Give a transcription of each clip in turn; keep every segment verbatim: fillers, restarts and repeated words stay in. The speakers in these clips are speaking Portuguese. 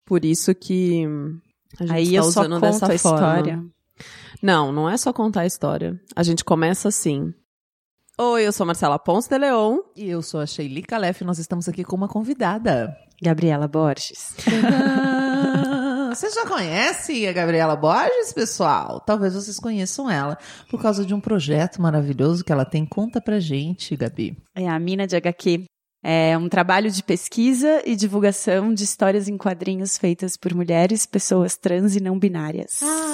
Por isso que a gente Aí tá eu só usando conto dessa a forma. história. Não, não é só contar a história. A gente começa assim. Oi, eu sou Marcela Ponce de Leon. E eu sou a Sheili Calef e nós estamos aqui com uma convidada. Gabriela Borges. Você já conhece a Gabriela Borges, pessoal? Talvez vocês conheçam ela por causa de um projeto maravilhoso que ela tem. Conta pra gente, Gabi. É a Mina de H Q. É um trabalho de pesquisa e divulgação de histórias em quadrinhos feitas por mulheres, pessoas trans e não binárias. Ah,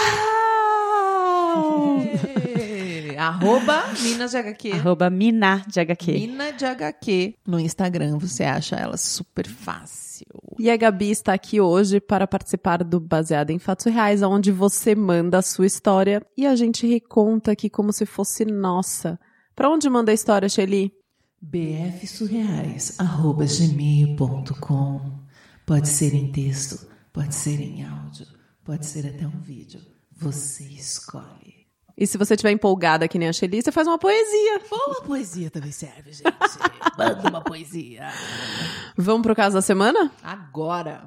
Uau! Arroba Minas de H Q. Arroba Mina de H Q. Mina de H Q. No Instagram você acha ela super fácil. E a Gabi está aqui hoje para participar do Baseado em Fatos Reais, onde você manda a sua história e a gente reconta aqui como se fosse nossa. Para onde manda a história, Sheili? b f surreais arroba gmail ponto com. Pode ser em texto, pode ser em áudio, pode ser até um vídeo. Você escolhe. E se você estiver empolgada que nem a Sheili, você faz uma poesia. Uma poesia também serve, gente. Manda uma poesia. Vamos pro caso da semana? Agora.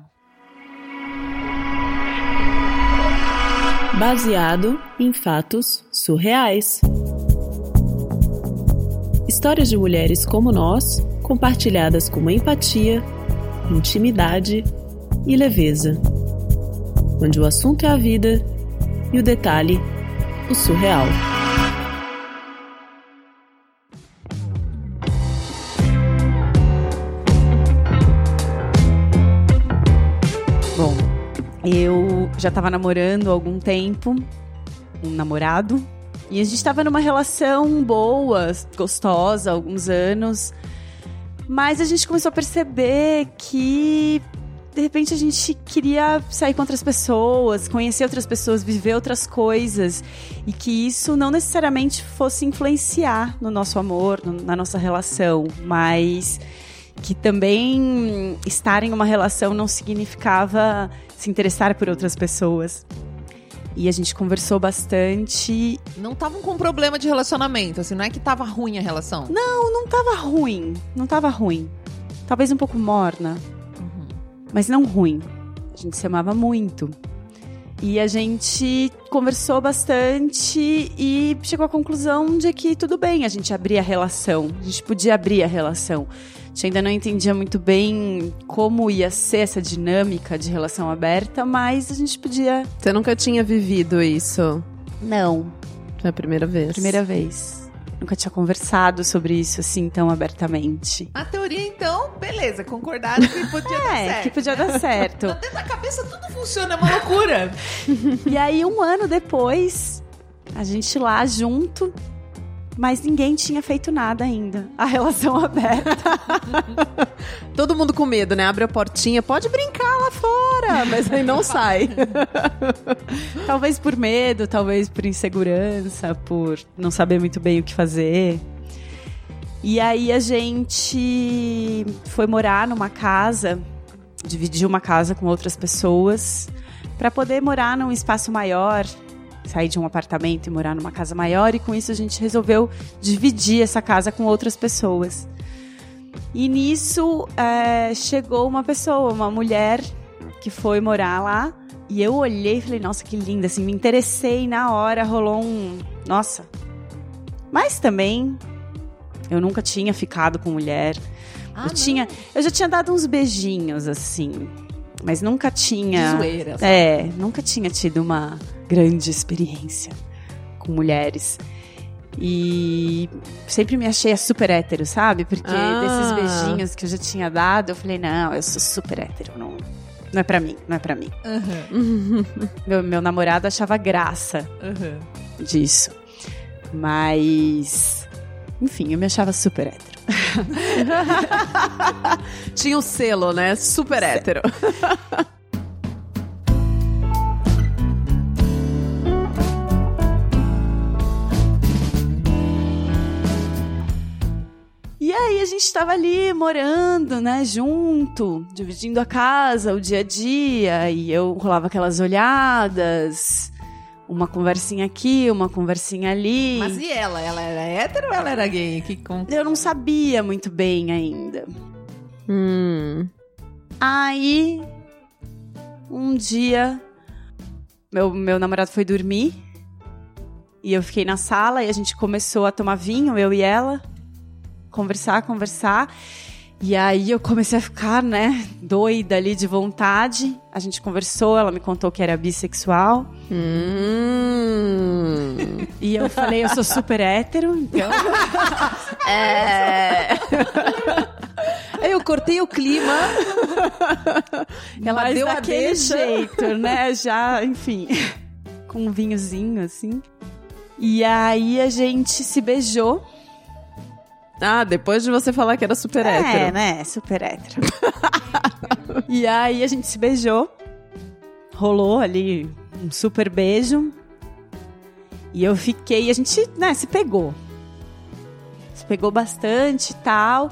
Baseado em fatos surreais. Histórias de mulheres como nós, compartilhadas com empatia, intimidade e leveza. Onde o assunto é a vida e o detalhe, o surreal. Bom, eu já estava namorando há algum tempo, um namorado, e a gente estava numa relação boa, gostosa, há alguns anos, mas a gente começou a perceber que, de repente, a gente queria sair com outras pessoas, conhecer outras pessoas, viver outras coisas, e que isso não necessariamente fosse influenciar no nosso amor, no, na nossa relação, mas que também estar em uma relação não significava se interessar por outras pessoas. E a gente conversou bastante. Não estavam com problema de relacionamento, assim, não é que tava ruim a relação? Não, não tava ruim, não tava ruim. Talvez um pouco morna, uhum. Mas não ruim. A gente se amava muito. E a gente conversou bastante e chegou à conclusão de que tudo bem a gente abrir a relação. A gente podia abrir a relação. A gente ainda não entendia muito bem como ia ser essa dinâmica de relação aberta, mas a gente podia... Você nunca tinha vivido isso? Não. Foi a primeira vez? Primeira vez. Nunca tinha conversado sobre isso assim tão abertamente. A teoria, então, beleza, concordaram que podia é, dar certo. É, que podia dar certo. Dentro da cabeça tudo funciona, é uma loucura. E aí, um ano depois, a gente lá junto... Mas ninguém tinha feito nada ainda. A relação aberta. Todo mundo com medo, né? Abre a portinha, pode brincar lá fora, mas aí não sai. Talvez por medo, talvez por insegurança, por não saber muito bem o que fazer. E aí a gente foi morar numa casa, dividiu uma casa com outras pessoas, para poder morar num espaço maior, sair de um apartamento e morar numa casa maior, e com isso a gente resolveu dividir essa casa com outras pessoas. E nisso é, chegou uma pessoa, uma mulher que foi morar lá, e eu olhei e falei, nossa, que linda, assim, me interessei na hora, rolou um... Nossa! Mas também, eu nunca tinha ficado com mulher, ah, eu, tinha, eu já tinha dado uns beijinhos, assim, mas nunca tinha... De zoeira, sabe? É, nunca tinha tido uma... grande experiência com mulheres. E sempre me achei super hétero, sabe? Porque ah. desses beijinhos que eu já tinha dado, eu falei, não, eu sou super hétero, não, não é pra mim, não é pra mim. Uhum. Meu, meu namorado achava graça uhum. disso. Mas, enfim, eu me achava super hétero. Tinha o selo, né? Super hétero. E aí a gente tava ali morando, né, junto, dividindo a casa, o dia a dia, e eu rolava aquelas olhadas, uma conversinha aqui, uma conversinha ali. Mas e ela? Ela era hétero ou ela era gay? Que com... Eu não sabia muito bem ainda. Hum. Aí um dia, meu, meu namorado foi dormir, e eu fiquei na sala, e a gente começou a tomar vinho, eu e ela, conversar, conversar, e aí eu comecei a ficar, né, doida ali de vontade, a gente conversou, ela me contou que era bissexual, hum. E eu falei, eu sou super hétero, então... é... Eu cortei o clima. Ela Mas deu a aquele deixa. jeito, né? Já, enfim, com um vinhozinho, assim. E aí a gente se beijou. Ah, depois de você falar que era super É, hétero. né? Super hétero. E aí a gente se beijou. Rolou ali um super beijo. E eu fiquei... A gente, né, se pegou. Se pegou bastante e tal...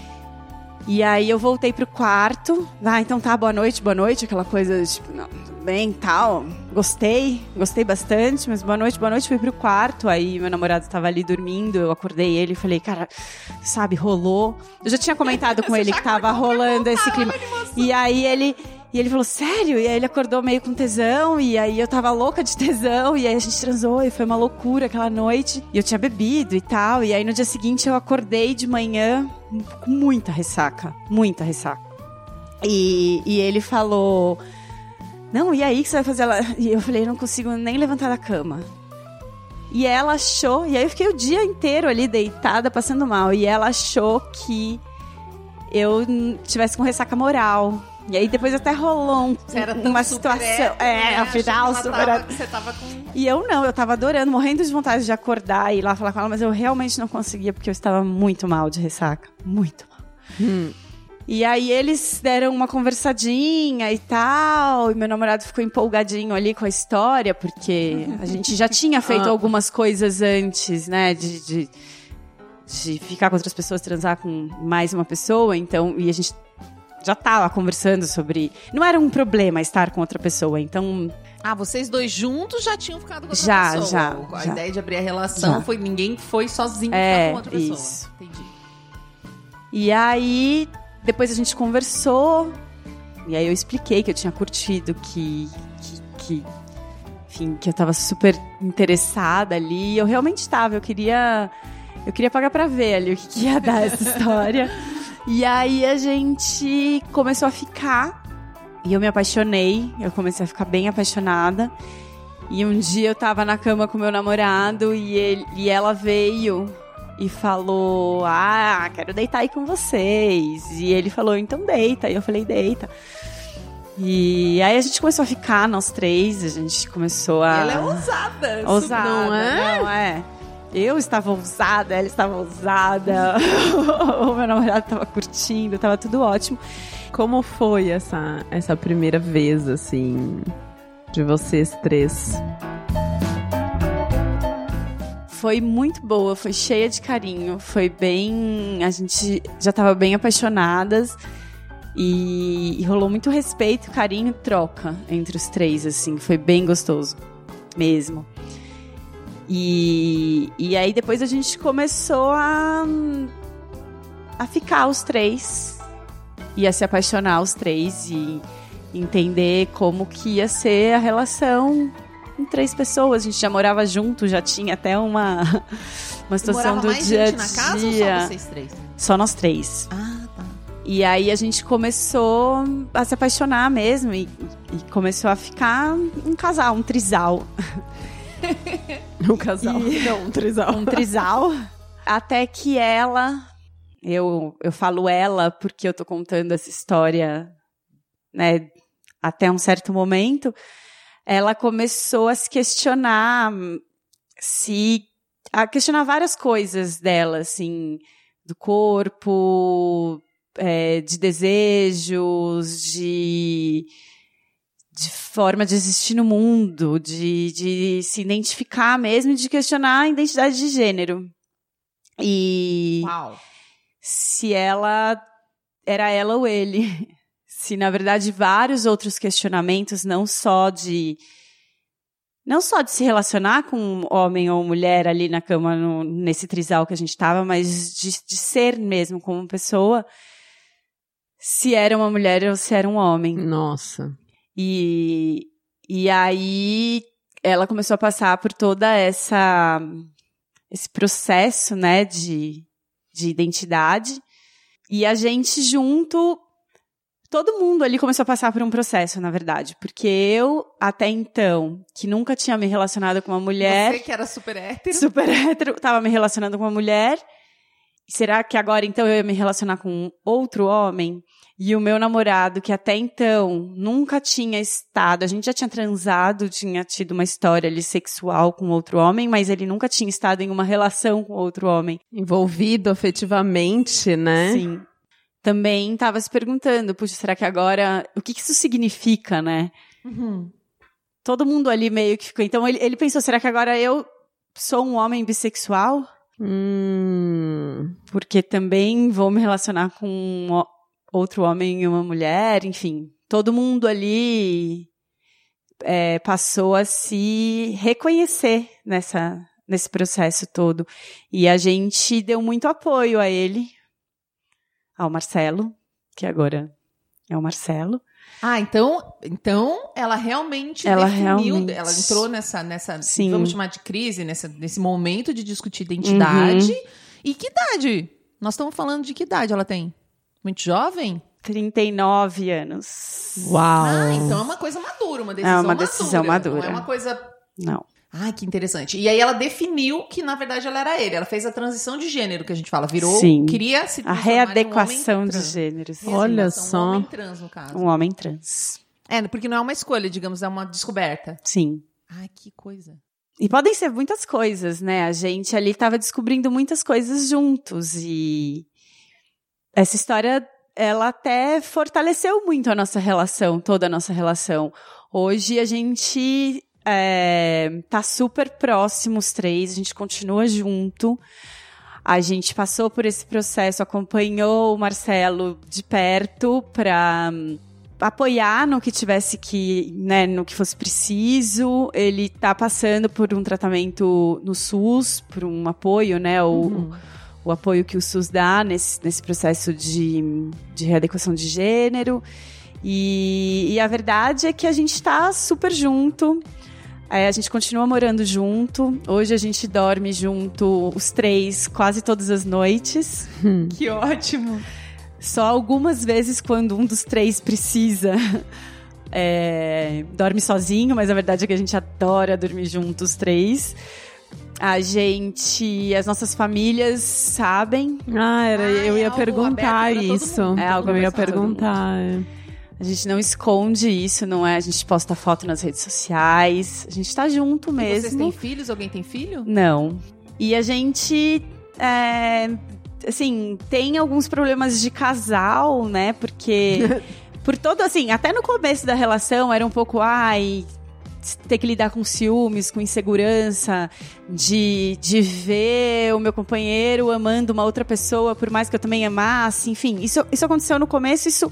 E aí eu voltei pro quarto. Ah, então tá, boa noite, boa noite. Aquela coisa, tipo, não, tudo bem, tal. Gostei, gostei bastante, mas boa noite, boa noite. Fui pro quarto, aí meu namorado estava ali dormindo. Eu acordei ele e falei, cara, sabe, rolou. Eu já tinha comentado com ele que tava rolando esse clima. E aí ele... E ele falou, sério? E aí ele acordou meio com tesão, e aí eu tava louca de tesão, e aí a gente transou, e foi uma loucura aquela noite. E eu tinha bebido e tal, e aí no dia seguinte eu acordei de manhã com muita ressaca, muita ressaca. E, e ele falou, não, e aí o que você vai fazer? E eu falei, não consigo nem levantar da cama. E ela achou, e aí eu fiquei o dia inteiro ali deitada, passando mal, e ela achou que eu tivesse com ressaca moral. E aí depois até rolou um, uma situação. Hétero, é, né? afinal, Achei que super tava, você tava com... E eu não, eu tava adorando, morrendo de vontade de acordar e ir lá falar com ela, mas eu realmente não conseguia, porque eu estava muito mal de ressaca. Muito mal. Hum. E aí eles deram uma conversadinha e tal, e meu namorado ficou empolgadinho ali com a história, porque a gente já tinha feito ah. algumas coisas antes, né, de, de, de ficar com outras pessoas, transar com mais uma pessoa, então, e a gente já tava conversando sobre... Não era um problema estar com outra pessoa, então... Ah, vocês dois juntos já tinham ficado com outra Já, pessoa. já, A já. ideia de abrir a relação Já. foi... Ninguém foi sozinho É, ficar com outra pessoa. isso. Entendi. E aí, depois a gente conversou, e aí eu expliquei que eu tinha curtido, que... que, que enfim, que eu tava super interessada ali. Eu realmente tava, eu queria... Eu queria pagar pra ver ali o que, que ia dar essa história. E aí a gente começou a ficar, e eu me apaixonei, eu comecei a ficar bem apaixonada. E um dia eu tava na cama com meu namorado, e, ele, e ela veio e falou, ah, quero deitar aí com vocês. E ele falou, então deita. E eu falei, deita. E aí a gente começou a ficar, nós três, a gente começou a... Ela é ousada. Ousada, não é? Não é. Eu estava ousada, ela estava ousada, o meu namorado estava curtindo, estava tudo ótimo. Como foi essa, essa primeira vez, assim, de vocês três? Foi muito boa, foi cheia de carinho, foi bem... A gente já estava bem apaixonadas e, e rolou muito respeito, carinho e troca entre os três, assim, foi bem gostoso, mesmo. E, e aí depois a gente começou a, a ficar os três e a se apaixonar os três e entender como que ia ser a relação em três pessoas. A gente já morava junto, já tinha até uma, uma situação do dia a dia. Mais gente na casa ou só vocês três? Só nós três. Ah, tá. E aí a gente começou a se apaixonar mesmo e, e começou a ficar um casal, um trisal. Um casal. E... Não, um trisal. Um trisal. Até que ela... Eu, eu falo ela porque eu tô contando essa história, né, até um certo momento. Ela começou a se questionar, se... A questionar várias coisas dela, assim, do corpo, é, de desejos, de... de forma de existir no mundo, de, de se identificar mesmo e de questionar a identidade de gênero. E Uau. se ela era ela ou ele. Se, na verdade, vários outros questionamentos, não só de não só de se relacionar com homem ou mulher ali na cama, no, nesse trisal que a gente estava, mas de, de ser mesmo como pessoa, se era uma mulher ou se era um homem. Nossa. E, e aí ela começou a passar por toda essa esse processo, né, de, de identidade. E a gente junto, todo mundo ali começou a passar por um processo, na verdade. Porque eu, até então, que nunca tinha me relacionado com uma mulher... Você que era super hétero. Super hétero, tava me relacionando com uma mulher. Será que agora, então, eu ia me relacionar com outro homem? E o meu namorado, que até então nunca tinha estado, a gente já tinha transado, tinha tido uma história ali sexual com outro homem, mas ele nunca tinha estado em uma relação com outro homem. Envolvido afetivamente, né? Sim. Também estava se perguntando, puxa, será que agora, o que, que isso significa, né? Uhum. Todo mundo ali meio que ficou, então ele, ele pensou, será que agora eu sou um homem bissexual? Hum. Porque também vou me relacionar com um outro homem e uma mulher, enfim. Todo mundo ali é, passou a se reconhecer nessa, nesse processo todo. E a gente deu muito apoio a ele, ao Marcelo, que agora é o Marcelo. Ah, então, então ela realmente ela definiu, realmente... ela entrou nessa, nessa Sim. vamos chamar de crise, nessa, nesse momento de discutir identidade. Uhum. E que idade? Nós estamos falando de que idade ela tem? Muito jovem? trinta e nove anos. Uau! Ah, então é uma coisa madura, uma decisão madura. É uma madura, decisão madura. Não é uma coisa... Não. Ah, que interessante. E aí ela definiu que, na verdade, ela era ele. Ela fez a transição de gênero, que a gente fala. Virou, Sim. queria se A transformar readequação em um homem de trans. gêneros. Olha Um só. homem trans, no caso. Um homem trans. É, porque não é uma escolha, digamos, é uma descoberta. Sim. Ai, que coisa. E podem ser muitas coisas, né? A gente ali estava descobrindo muitas coisas juntos. E essa história, ela até fortaleceu muito a nossa relação, toda a nossa relação. Hoje a gente é, tá super próximo, os três, a gente continua junto. A gente passou por esse processo, acompanhou o Marcelo de perto para apoiar no que tivesse que, né, no que fosse preciso. Ele tá passando por um tratamento no SUS, por um apoio, né, o, uhum. o, o apoio que o SUS dá nesse, nesse processo de, de readequação de gênero. E, e a verdade é que a gente tá super junto. É, a gente continua morando junto. Hoje a gente dorme junto, os três, quase todas as noites. Hum. Que ótimo! Só algumas vezes quando um dos três precisa, é, dorme sozinho, mas a verdade é que a gente adora dormir juntos, os três. A gente, as nossas famílias sabem. Ah, era, ah, eu é ia perguntar isso. É algo eu ia aberto pra todo mundo. perguntar. A gente não esconde isso, não é? A gente posta foto nas redes sociais. A gente tá junto mesmo. E vocês têm filhos? Alguém tem filho? Não. E a gente, é, assim, tem alguns problemas de casal, né? Porque, por todo, assim, até no começo da relação era um pouco, ai, ter que lidar com ciúmes, com insegurança, de, de ver o meu companheiro amando uma outra pessoa, por mais que eu também amasse, enfim. Isso, isso aconteceu no começo, isso...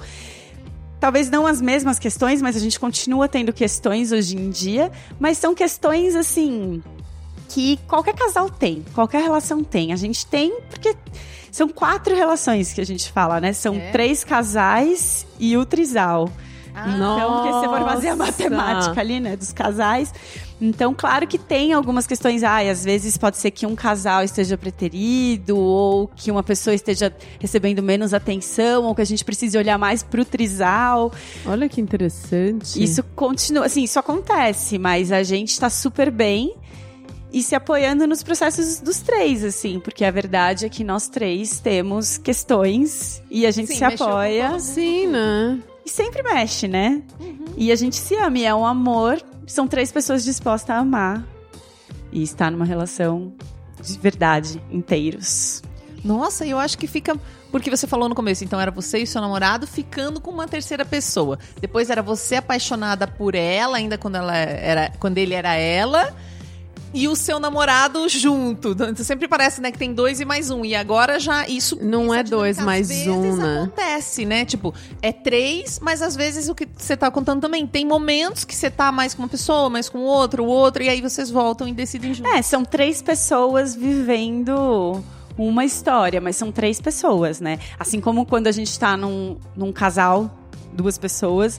Talvez não as mesmas questões, mas a gente continua tendo questões hoje em dia. Mas são questões, assim, que qualquer casal tem, qualquer relação tem. A gente tem, porque são quatro relações que a gente fala, né? São é. três casais e o trisal. Ah, então, porque você for fazer a matemática ali, né, dos casais. Então, claro que tem algumas questões. Ai, às vezes pode ser que um casal esteja preterido, ou que uma pessoa esteja recebendo menos atenção, ou que a gente precise olhar mais pro trisal. Olha que interessante. Isso continua, assim, isso acontece, mas a gente tá super bem e se apoiando nos processos dos três, assim, porque a verdade é que nós três temos questões e a gente Sim, se apoia. Sim, né? E sempre mexe, né? Uhum. E a gente se ama, e é um amor. São três pessoas dispostas a amar e estar numa relação de verdade, inteiros. Nossa, eu acho que fica... Porque você falou no começo, então era você e seu namorado ficando com uma terceira pessoa. Depois era você apaixonada por ela, ainda quando, ela era, quando ele era ela... E o seu namorado junto. Então, sempre parece, né, que tem dois e mais um. E agora já isso... Não é dois mais um, né? Acontece, né? Tipo, é três, mas às vezes o que você tá contando também. Tem momentos que você tá mais com uma pessoa, mais com outro, o outro. E aí vocês voltam e decidem juntos. É, são três pessoas vivendo uma história. Mas são três pessoas, né? Assim como quando a gente tá num, num casal, duas pessoas...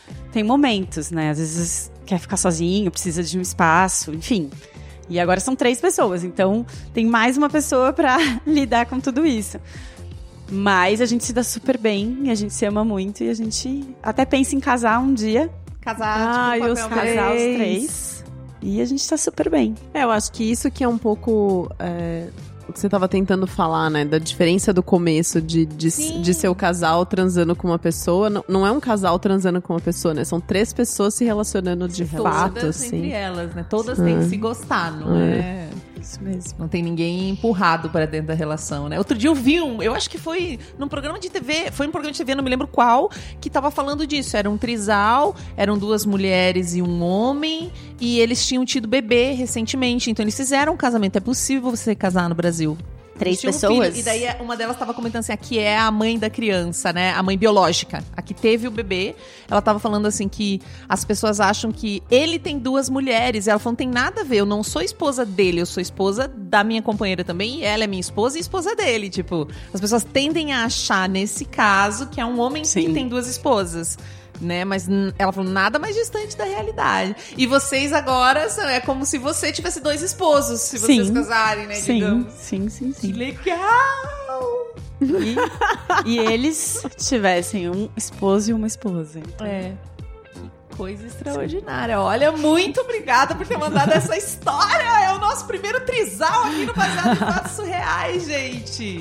tem momentos, né? Às vezes quer ficar sozinho, precisa de um espaço, enfim. E agora são três pessoas, então tem mais uma pessoa pra lidar com tudo isso. Mas a gente se dá super bem, a gente se ama muito e a gente até pensa em casar um dia. Casar, Ah, tipo, e o os papel Casar os três. três. E a gente tá super bem. É, eu acho que isso que é um pouco é, o que você tava tentando falar, né? Da diferença do começo de, de, Sim. de ser o casal transando com uma pessoa. Não, não é um casal transando com uma pessoa, né? São três pessoas se relacionando de Todas fato, entre assim. elas, né? Todas têm que se gostar, não é? Isso mesmo. Não tem ninguém empurrado pra dentro da relação, né? Outro dia eu vi um, eu acho que foi num programa de T V, foi um programa de T V, não me lembro qual, que tava falando disso. Era um trisal, eram duas mulheres e um homem, e eles tinham tido bebê recentemente, então eles fizeram um casamento. É possível você casar no Brasil. Três Tinha um pessoas? filho, e daí uma delas tava comentando assim, aqui é a mãe da criança, né? A mãe biológica. A que teve o bebê. Ela tava falando assim que as pessoas acham que ele tem duas mulheres. E ela falou, não tem nada a ver. Eu não sou esposa dele, eu sou esposa da minha companheira também. E ela é minha esposa e esposa dele. Tipo, as pessoas tendem a achar, nesse caso, que é um homem Sim. que tem duas esposas. Né, mas n- ela falou nada mais distante da realidade. E vocês agora são- é como se você tivesse dois esposos, se vocês Sim. casarem, né? Sim, Digamos. sim, sim, Que sim. legal! E, e eles tivessem um esposo e uma esposa. É. Que coisa extraordinária. Olha, muito obrigada por ter mandado essa história. É o nosso primeiro trisal aqui no Baseado em Fatos Surreais, gente.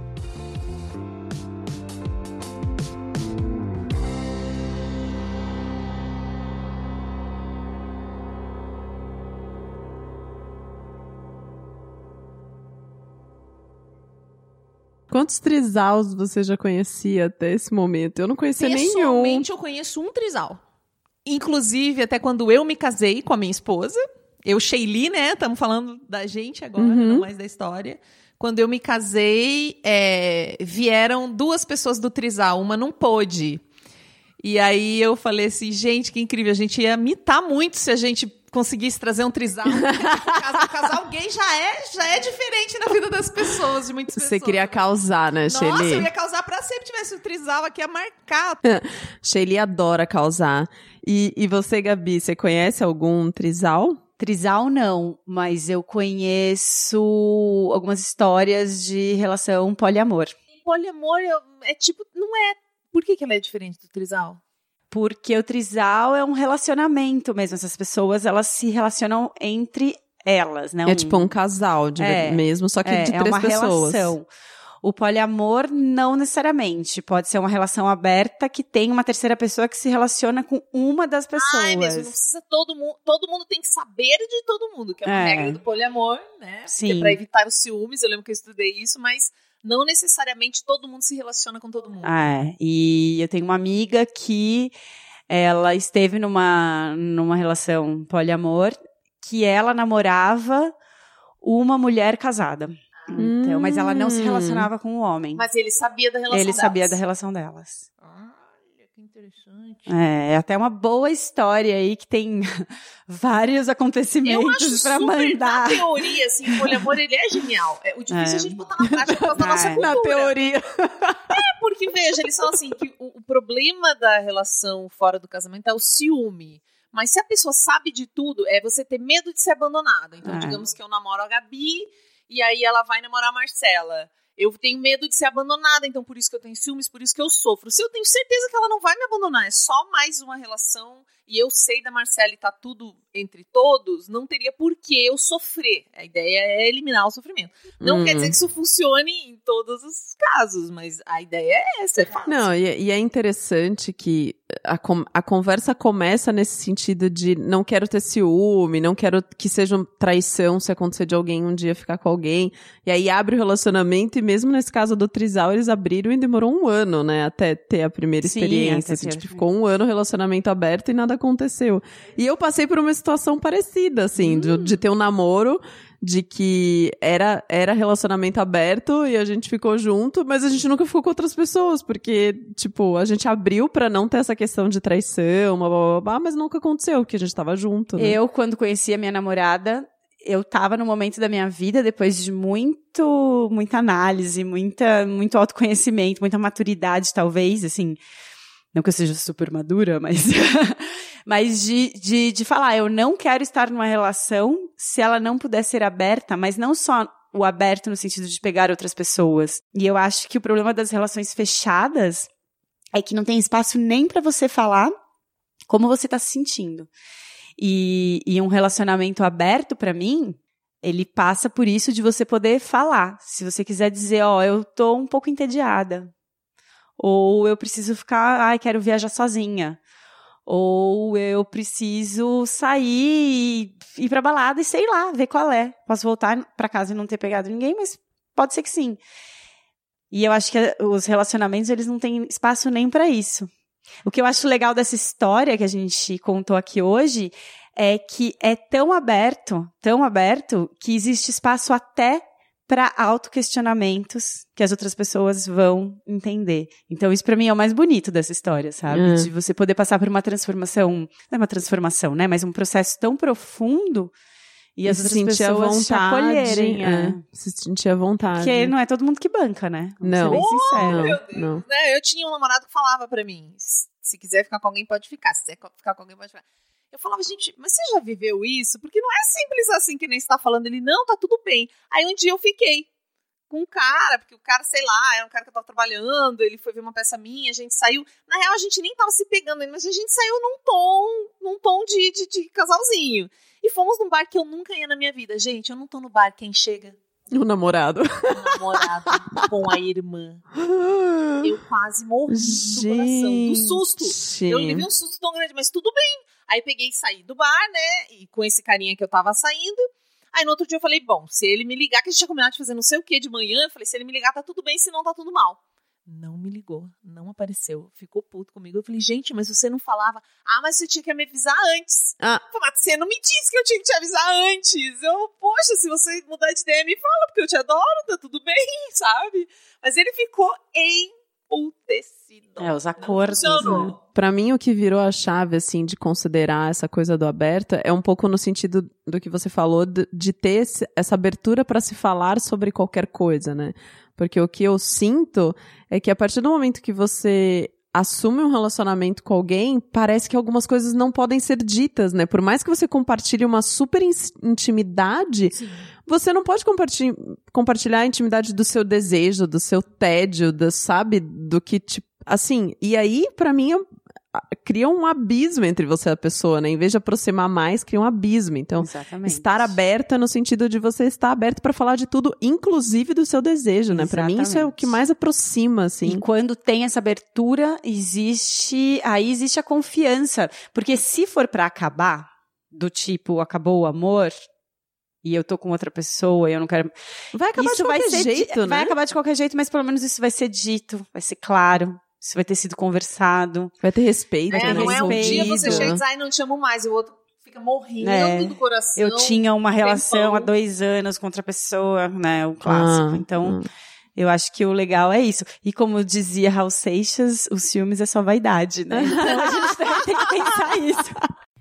Quantos trisals você já conhecia até esse momento? Eu não conhecia nenhum. Pessoalmente, eu conheço um trisal. Inclusive, até quando eu me casei com a minha esposa, eu, Sheili, né? Estamos falando da gente agora, Uhum. não mais da história. Quando eu me casei, é, vieram duas pessoas do trisal, uma não pôde. E aí eu falei assim, gente, que incrível, a gente ia mitar muito se a gente conseguisse trazer um trisal. Porque, tipo, o casal, o casal gay já é, já é diferente na vida das pessoas, de muitas pessoas. Você queria causar, né, Nossa, Sheili? eu ia causar pra sempre tivesse o trisal aqui a marcar. Sheili adora causar. E, e você, Gabi, você conhece algum trisal? Trisal não, mas eu conheço algumas histórias de relação poliamor. Poliamor eu- é tipo, não é. Por que, que ela é diferente do trisal? Porque o trisal é um relacionamento mesmo. Essas pessoas, elas se relacionam entre elas, né? É tipo um casal de É, mesmo, só que é, de é três uma pessoas. relação. O poliamor, não necessariamente. Pode ser uma relação aberta que tem uma terceira pessoa que se relaciona com uma das pessoas. Ah, é mesmo, não precisa todo mundo. Todo mundo tem que saber de todo mundo, que é uma É. regra do poliamor, né? Sim. Que é pra evitar os ciúmes. Eu lembro que eu estudei isso, mas não necessariamente todo mundo se relaciona com todo mundo. É, e eu tenho uma amiga que ela esteve numa, numa relação poliamor que ela namorava uma mulher casada. Então, mas ela não se Hum. relacionava com o homem. Mas ele sabia da relação Ele sabia delas. da relação delas. Olha, que interessante. É, é até uma boa história aí que tem vários Eu acho acontecimentos pra super, mandar. na teoria, assim, o poliamor, ele é genial. É, o difícil é. É. a gente botar na prática por causa da nossa É. cultura. Na teoria. Porque, veja, eles falam assim, que o, o problema da relação fora do casamento é o ciúme. Mas se a pessoa sabe de tudo, é você ter medo de ser abandonada. Então, É. digamos que eu namoro a Gabi, e aí ela vai namorar a Marcela. Eu tenho medo de ser abandonada, então por isso que eu tenho ciúmes, por isso que eu sofro. Se eu tenho certeza que ela não vai me abandonar, é só mais uma relação, e eu sei da Marcela e tá tudo entre todos, não teria por que eu sofrer. A ideia é eliminar o sofrimento. Não Hum. quer dizer que isso funcione em todos os casos, mas a ideia é essa, é fácil. Não, e, é- e é interessante que a, com- a conversa começa nesse sentido de não quero ter ciúme, não quero que seja uma traição se acontecer de alguém um dia ficar com alguém. E aí abre o relacionamento, e mesmo nesse caso do trisal, eles abriram e demorou um ano, né, até ter a primeira Sim, experiência. até ter a Tipo, primeira. ficou um ano o relacionamento aberto e nada aconteceu. E eu passei por uma situação parecida, assim, de, de ter um namoro, de que era, era relacionamento aberto e a gente ficou junto, mas a gente nunca ficou com outras pessoas, porque, tipo, a gente abriu pra não ter essa questão de traição, blá, blá, blá, blá, mas nunca aconteceu, porque a gente tava junto, né? Eu, quando conheci a minha namorada, eu tava no momento da minha vida, depois de muito, muita análise, muita, muito autoconhecimento, muita maturidade, talvez, assim, não que eu seja super madura, mas, mas de, de, de falar, eu não quero estar numa relação se ela não puder ser aberta, mas não só o aberto no sentido de pegar outras pessoas. E eu acho que o problema das relações fechadas é que não tem espaço nem pra você falar como você tá se sentindo. E, e um relacionamento aberto, pra mim, ele passa por isso de você poder falar. Se você quiser dizer, ó, eu tô um pouco entediada. Ou eu preciso ficar, ai, quero viajar sozinha. Ou eu preciso sair e ir pra balada e sei lá, ver qual é. Posso voltar pra casa e não ter pegado ninguém, mas pode ser que sim. E eu acho que os relacionamentos, eles não têm espaço nem pra isso. O que eu acho legal dessa história que a gente contou aqui hoje é que é tão aberto, tão aberto, que existe espaço até para autoquestionamentos que as outras pessoas vão entender. Então, isso pra mim é o mais bonito dessa história, sabe? Hum. De você poder passar por uma transformação, não é uma transformação, né? Mas um processo tão profundo e as se outras sentir à pessoas te vontade, acolherem. é, É. se sentir à vontade. Porque não é todo mundo que banca, né? Vamos Não. ser bem sincero. Não, não. Né, eu tinha um namorado que falava pra mim, se quiser ficar com alguém, pode ficar. Se quiser ficar com alguém, pode ficar. Eu falava, gente, mas você já viveu isso? Porque não é simples assim que nem você tá falando. Ele, não, tá tudo bem. Aí um dia eu fiquei com um cara, porque o cara, sei lá, era um cara que eu tava trabalhando, ele foi ver uma peça minha, a gente saiu. Na real, a gente nem tava se pegando ainda, mas a gente saiu num tom, num tom de, de, de casalzinho. E fomos num bar que eu nunca ia na minha vida. Gente, eu não tô no bar, quem chega? O namorado. O namorado com a irmã. Eu quase morri do coração, do susto. Gente. Eu levei um susto tão grande, mas tudo bem. Aí peguei e saí do bar, né? E com esse carinha que eu tava saindo. Aí no outro dia eu falei, bom, se ele me ligar, que a gente tinha combinado de fazer não sei o que de manhã, eu falei, se ele me ligar tá tudo bem, se não tá tudo mal. Não me ligou, não apareceu, ficou puto comigo. Eu falei, gente, mas você não falava. Ah, mas você tinha que me avisar antes. Ah. Eu falei, mas você não me disse que eu tinha que te avisar antes. Eu, poxa, se você mudar de ideia, me fala, porque eu te adoro, tá tudo bem, sabe? Mas ele ficou emputecido. É, os acordos, Não funcionou. né? Pra mim, o que virou a chave, assim, de considerar essa coisa do aberto é um pouco no sentido do que você falou, de, de ter esse, essa abertura pra se falar sobre qualquer coisa, né? Porque o que eu sinto é que a partir do momento que você assume um relacionamento com alguém, parece que algumas coisas não podem ser ditas, né? Por mais que você compartilhe uma super intimidade, sim, você não pode compartilhar, compartilhar a intimidade do seu desejo, do seu tédio, do, sabe? Do que, tipo, assim, e aí, pra mim, cria um abismo entre você e a pessoa, né? Em vez de aproximar mais, cria um abismo. Então, exatamente, estar aberta no sentido de você estar aberto pra falar de tudo, inclusive do seu desejo, né? Exatamente. Pra mim, isso é o que mais aproxima, assim. E quando tem essa abertura, existe, aí existe a confiança. Porque se for pra acabar, do tipo, acabou o amor, e eu tô com outra pessoa e eu não quero... Vai acabar isso de qualquer vai ser jeito, di... né? Vai acabar de qualquer jeito, mas pelo menos isso vai ser dito, vai ser claro. Isso vai ter sido conversado. Vai ter respeito, é, né? Não é um dia você chega e né? diz, ai, não te amo mais. E o outro fica morrendo é, do coração. Eu tinha uma relação tempão. há dois anos com outra pessoa, né? O clássico. Ah, então, ah. eu acho que o legal é isso. E como dizia Raul Seixas, os ciúmes é só vaidade, né? Então a gente tem que pensar isso.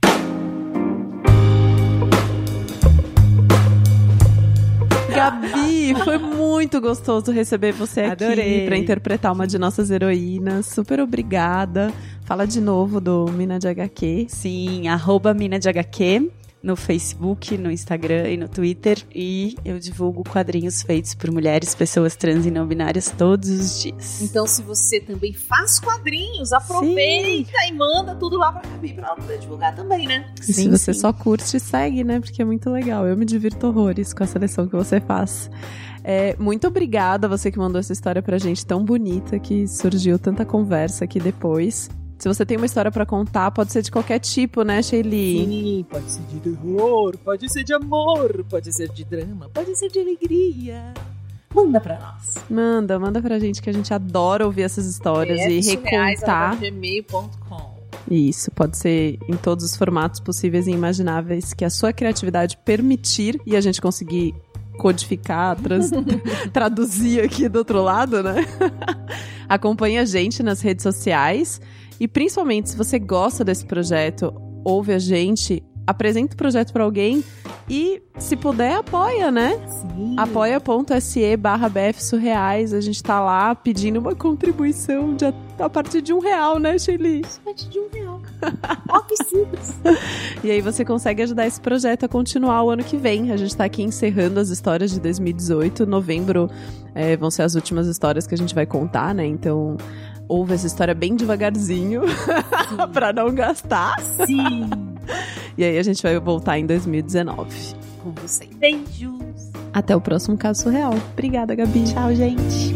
Gabi, foi muito gostoso receber você Adorei. aqui para interpretar uma de nossas heroínas. Super obrigada. Fala de novo do Mina de H Q. Sim, arroba Mina de H Q no Facebook, no Instagram e no Twitter. E eu divulgo quadrinhos feitos por mulheres, pessoas trans e não binárias todos os dias. Então, se você também faz quadrinhos, aproveita sim. e manda tudo lá pra Gabi pra ela poder divulgar também, né? E sim, se você sim. só curte, segue, né? Porque é muito legal. Eu me divirto horrores com a seleção que você faz. É, muito obrigada a você que mandou essa história pra gente tão bonita, que surgiu tanta conversa aqui depois. Se você tem uma história pra contar, pode ser de qualquer tipo, né, Sheili? Sim, pode ser de terror, pode ser de amor, pode ser de drama, pode ser de alegria. Manda pra nós. Manda, manda pra gente, que a gente adora ouvir essas histórias é, e recontar. gmail ponto com. Isso, pode ser em todos os formatos possíveis e imagináveis que a sua criatividade permitir e a gente conseguir codificar, trans, traduzir aqui do outro lado, né? Acompanhe a gente nas redes sociais. E principalmente, se você gosta desse projeto, ouve a gente, apresenta o projeto para alguém E, se puder, apoia, né? Sim. apoia.se barra BF Surreais. A gente tá lá pedindo uma contribuição de a, a partir de um real, né, Shelly? A partir de um real. Ó, que simples. E aí você consegue ajudar esse projeto a continuar o ano que vem. A gente tá aqui encerrando as histórias de dois mil e dezoito. Novembro é, vão ser as últimas histórias que a gente vai contar, né? Então, ouve essa história bem devagarzinho pra não gastar. Sim. E aí a gente vai voltar em dois mil e dezenove. Com você. Beijos. Até o próximo Caso Surreal. Obrigada, Gabi. Tchau, gente.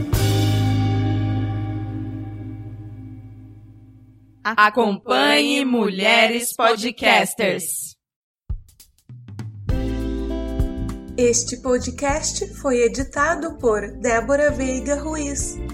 Acompanhe Mulheres Podcasters. Este podcast foi editado por Débora Veiga Ruiz.